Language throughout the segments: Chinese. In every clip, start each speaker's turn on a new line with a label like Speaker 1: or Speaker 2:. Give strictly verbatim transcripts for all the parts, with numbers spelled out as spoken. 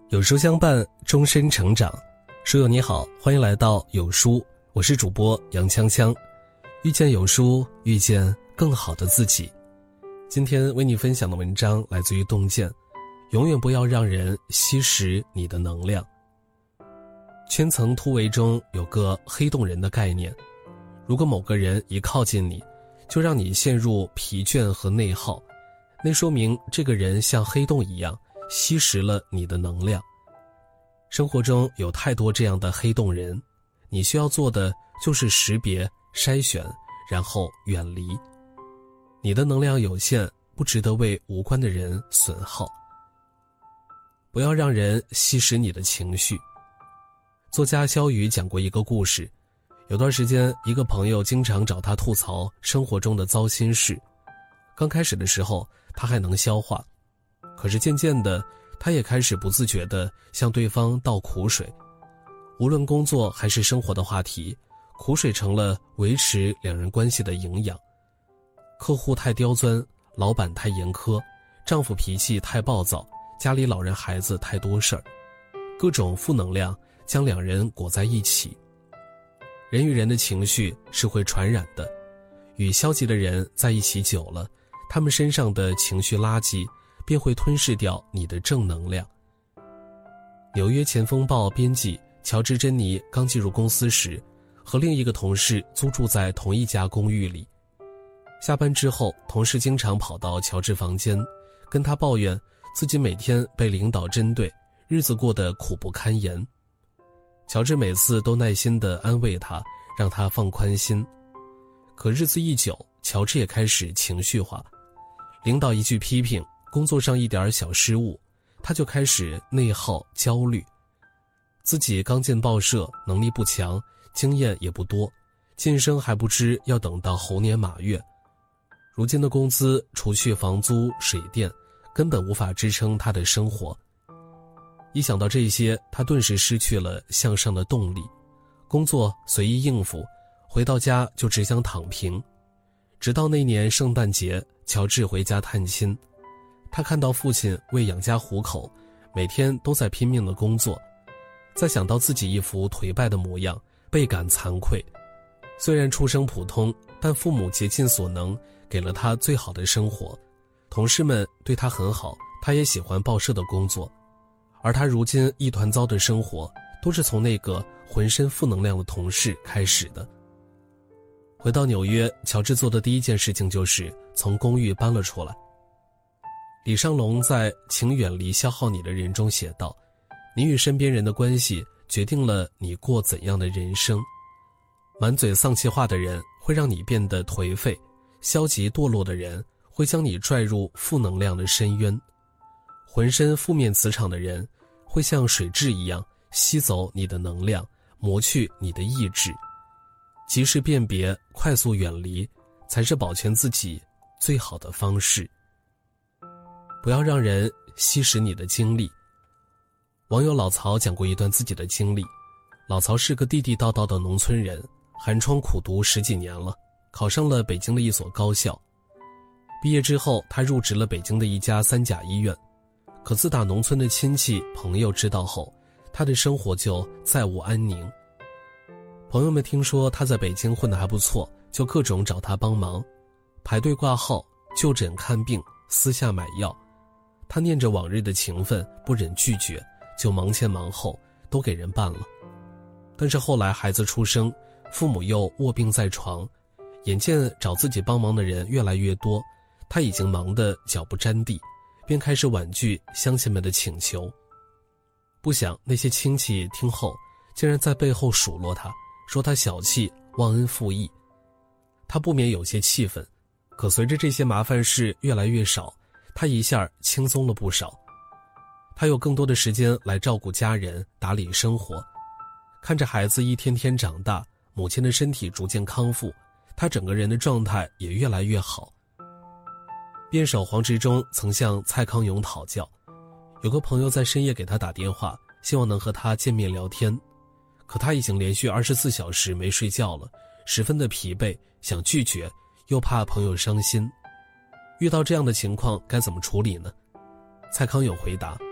Speaker 1: 有书相伴，终身成长。书友你好，欢迎来到有书，我是主播杨锵锵。遇见有书，遇见更好的自己。今天为你分享的文章来自于洞见，永远不要让人吸食你的能量。圈层突围中有个黑洞人的概念，如果某个人一靠近你，就让你陷入疲倦和内耗，那说明这个人像黑洞一样吸食了你的能量。生活中有太多这样的黑洞人，你需要做的就是识别、筛选，然后远离。你的能量有限，不值得为无关的人损耗。不要让人吸食你的情绪。作家肖宇讲过一个故事，有段时间一个朋友经常找他吐槽生活中的糟心事。刚开始的时候他还能消化，可是渐渐的他也开始不自觉地向对方倒苦水。无论工作还是生活的话题，苦水成了维持两人关系的营养。客户太刁钻，老板太严苛，丈夫脾气太暴躁，家里老人孩子太多事儿，各种负能量将两人裹在一起。人与人的情绪是会传染的，与消极的人在一起久了，他们身上的情绪垃圾便会吞噬掉你的正能量。纽约前锋报编辑乔治·珍妮刚进入公司时，和另一个同事租住在同一家公寓里。下班之后，同事经常跑到乔治房间，跟他抱怨自己每天被领导针对，日子过得苦不堪言。乔治每次都耐心地安慰他，让他放宽心。可日子一久，乔治也开始情绪化，领导一句批评，工作上一点小失误，他就开始内耗焦虑。自己刚进报社，能力不强，经验也不多，晋升还不知要等到猴年马月。如今的工资除去房租水电，根本无法支撑他的生活。一想到这些，他顿时失去了向上的动力，工作随意应付，回到家就只想躺平。直到那年圣诞节，乔治回家探亲，他看到父亲为养家糊口，每天都在拼命的工作，再想到自己一副颓败的模样，倍感惭愧。虽然出身普通，但父母竭尽所能给了他最好的生活，同事们对他很好，他也喜欢报社的工作。而他如今一团糟的生活，都是从那个浑身负能量的同事开始的。回到纽约，乔治做的第一件事情就是从公寓搬了出来。李尚龙在《请远离消耗你的人》中写道，你与身边人的关系决定了你过怎样的人生。满嘴丧气话的人会让你变得颓废，消极堕落的人会将你拽入负能量的深渊，浑身负面磁场的人会像水蛭一样吸走你的能量，磨去你的意志。及时辨别，快速远离，才是保全自己最好的方式。不要让人吸食你的精力。网友老曹讲过一段自己的经历。老曹是个地地道道的农村人，寒窗苦读十几年了，考上了北京的一所高校。毕业之后，他入职了北京的一家三甲医院。可自打农村的亲戚朋友知道后，他的生活就再无安宁。朋友们听说他在北京混得还不错，就各种找他帮忙，排队挂号、就诊看病、私下买药。他念着往日的情分，不忍拒绝，就忙前忙后都给人办了。但是后来孩子出生，父母又卧病在床，眼见找自己帮忙的人越来越多，他已经忙得脚不沾地，便开始婉拒乡亲们的请求。不想那些亲戚听后，竟然在背后数落他，说他小气、忘恩负义。他不免有些气愤，可随着这些麻烦事越来越少，他一下轻松了不少。他有更多的时间来照顾家人，打理生活。看着孩子一天天长大，母亲的身体逐渐康复，他整个人的状态也越来越好。辩手黄执中曾向蔡康永讨教，有个朋友在深夜给他打电话，希望能和他见面聊天，可他已经连续二十四小时没睡觉了，十分的疲惫，想拒绝，又怕朋友伤心。遇到这样的情况该怎么处理呢？蔡康永回答，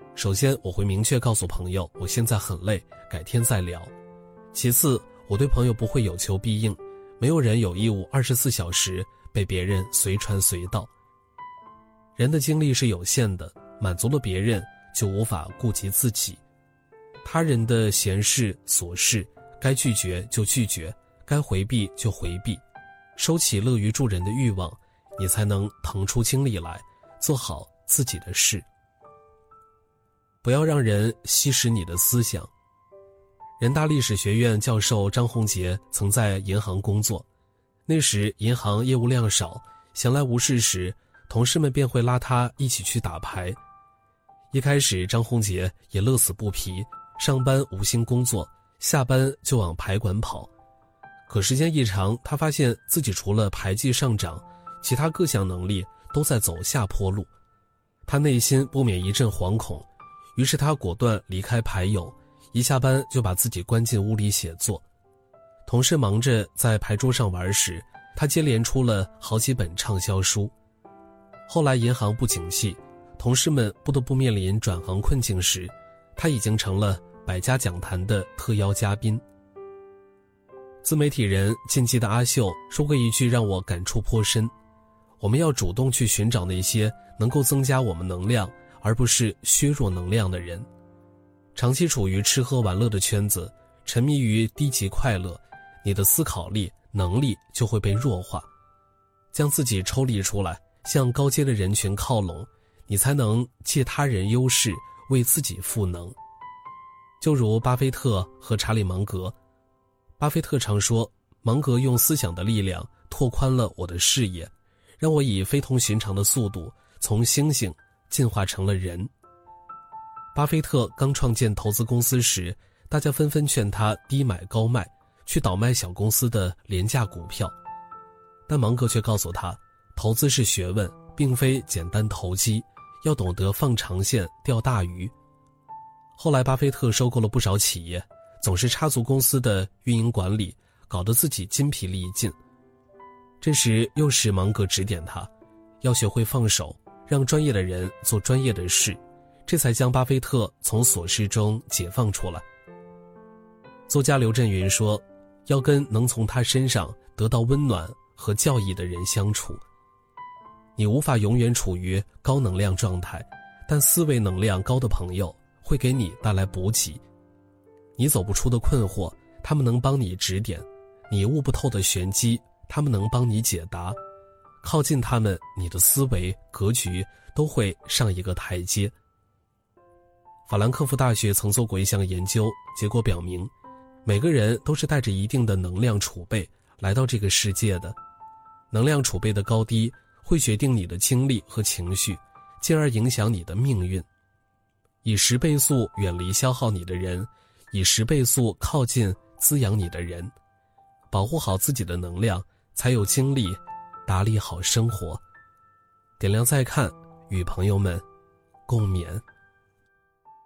Speaker 1: 首先，我会明确告诉朋友，我现在很累，改天再聊。其次，我对朋友不会有求必应，没有人有义务二十四小时被别人随传随到。人的精力是有限的，满足了别人，就无法顾及自己。他人的闲事琐事，该拒绝就拒绝，该回避就回避，收起乐于助人的欲望，你才能腾出精力来做好自己的事。不要让人吸食你的思想。人大历史学院教授张宏杰曾在银行工作，那时银行业务量少，闲来无事时，同事们便会拉他一起去打牌。一开始张宏杰也乐此不疲，上班无心工作，下班就往牌馆跑。可时间一长，他发现自己除了牌技上涨，其他各项能力都在走下坡路。他内心不免一阵惶恐，于是他果断离开牌友，一下班就把自己关进屋里写作。同事忙着在牌桌上玩时，他接连出了好几本畅销书。后来银行不景气，同事们不得不面临转行困境时，他已经成了百家讲坛的特邀嘉宾。自媒体人进击的阿秀说过一句让我感触颇深：我们要主动去寻找那些能够增加我们能量而不是削弱能量的人。长期处于吃喝玩乐的圈子，沉迷于低级快乐，你的思考力能力就会被弱化。将自己抽离出来，向高阶的人群靠拢，你才能借他人优势为自己赋能。就如巴菲特和查理芒格，巴菲特常说，芒格用思想的力量拓宽了我的视野，让我以非同寻常的速度从猩猩进化成了人。巴菲特刚创建投资公司时，大家纷纷劝他低买高卖，去倒卖小公司的廉价股票。但芒格却告诉他，投资是学问，并非简单投机，要懂得放长线钓大鱼。后来巴菲特收购了不少企业，总是插足公司的运营管理，搞得自己筋疲力尽。这时又是芒格指点他，要学会放手，让专业的人做专业的事，这才将巴菲特从琐事中解放出来。作家刘震云说，要跟能从他身上得到温暖和教益的人相处。你无法永远处于高能量状态，但思维能量高的朋友会给你带来补给。你走不出的困惑，他们能帮你指点；你悟不透的玄机，他们能帮你解答。靠近他们，你的思维格局都会上一个台阶。法兰克福大学曾做过一项研究，结果表明，每个人都是带着一定的能量储备来到这个世界的。能量储备的高低会决定你的精力和情绪，进而影响你的命运。以十倍速远离消耗你的人，以十倍速靠近滋养你的人。保护好自己的能量，才有精力打理好生活。点亮再看，与朋友们共勉。